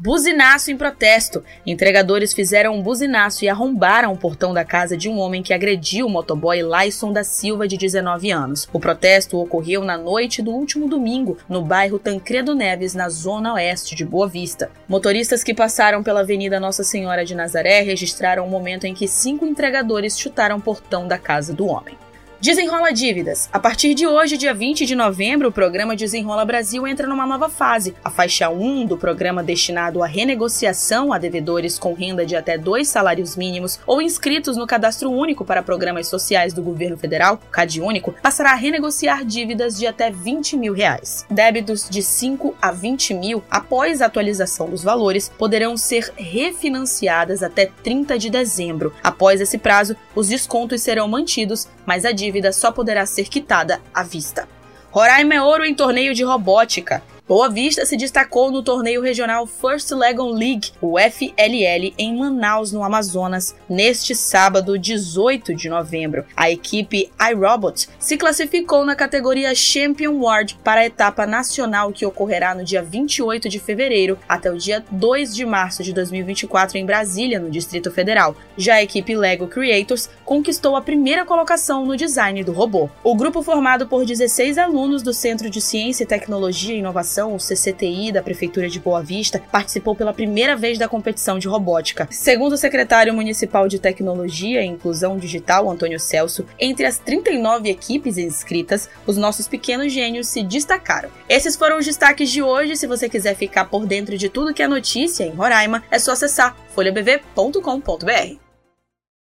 Buzinaço em protesto. Entregadores fizeram um buzinaço e arrombaram o portão da casa de um homem que agrediu o motoboy Laison da Silva, de 19 anos. O protesto ocorreu na noite do último domingo, no bairro Tancredo Neves, na zona oeste de Boa Vista. Motoristas que passaram pela Avenida Nossa Senhora de Nazaré registraram o momento em que 5 entregadores chutaram o portão da casa do homem. Desenrola dívidas. A partir de hoje, dia 20 de novembro, o programa Desenrola Brasil entra numa nova fase. A faixa 1 do programa, destinado à renegociação a devedores com renda de até 2 salários mínimos ou inscritos no Cadastro Único para Programas Sociais do Governo Federal, CadÚnico, passará a renegociar dívidas de até R$20 mil. Débitos de 5 a 20 mil, após a atualização dos valores, poderão ser refinanciadas até 30 de dezembro. Após esse prazo, os descontos serão mantidos, mas a dívida só poderá ser quitada à vista. Roraima é ouro em torneio de robótica. Boa Vista se destacou no torneio regional First Legon League, o FLL, em Manaus, no Amazonas, neste sábado, 18 de novembro. A equipe iRobot se classificou na categoria Champion World para a etapa nacional que ocorrerá no dia 28 de fevereiro até o dia 2 de março de 2024 em Brasília, no Distrito Federal. Já a equipe Lego Creators conquistou a primeira colocação no design do robô. O grupo, formado por 16 alunos do Centro de Ciência e Tecnologia e Inovação, o CCTI, da Prefeitura de Boa Vista, participou pela primeira vez da competição de robótica. Segundo o secretário municipal de Tecnologia e Inclusão Digital, Antônio Celso, entre as 39 equipes inscritas, os nossos pequenos gênios se destacaram. Esses foram os destaques de hoje. Se você quiser ficar por dentro de tudo que é notícia em Roraima, é só acessar folhabv.com.br.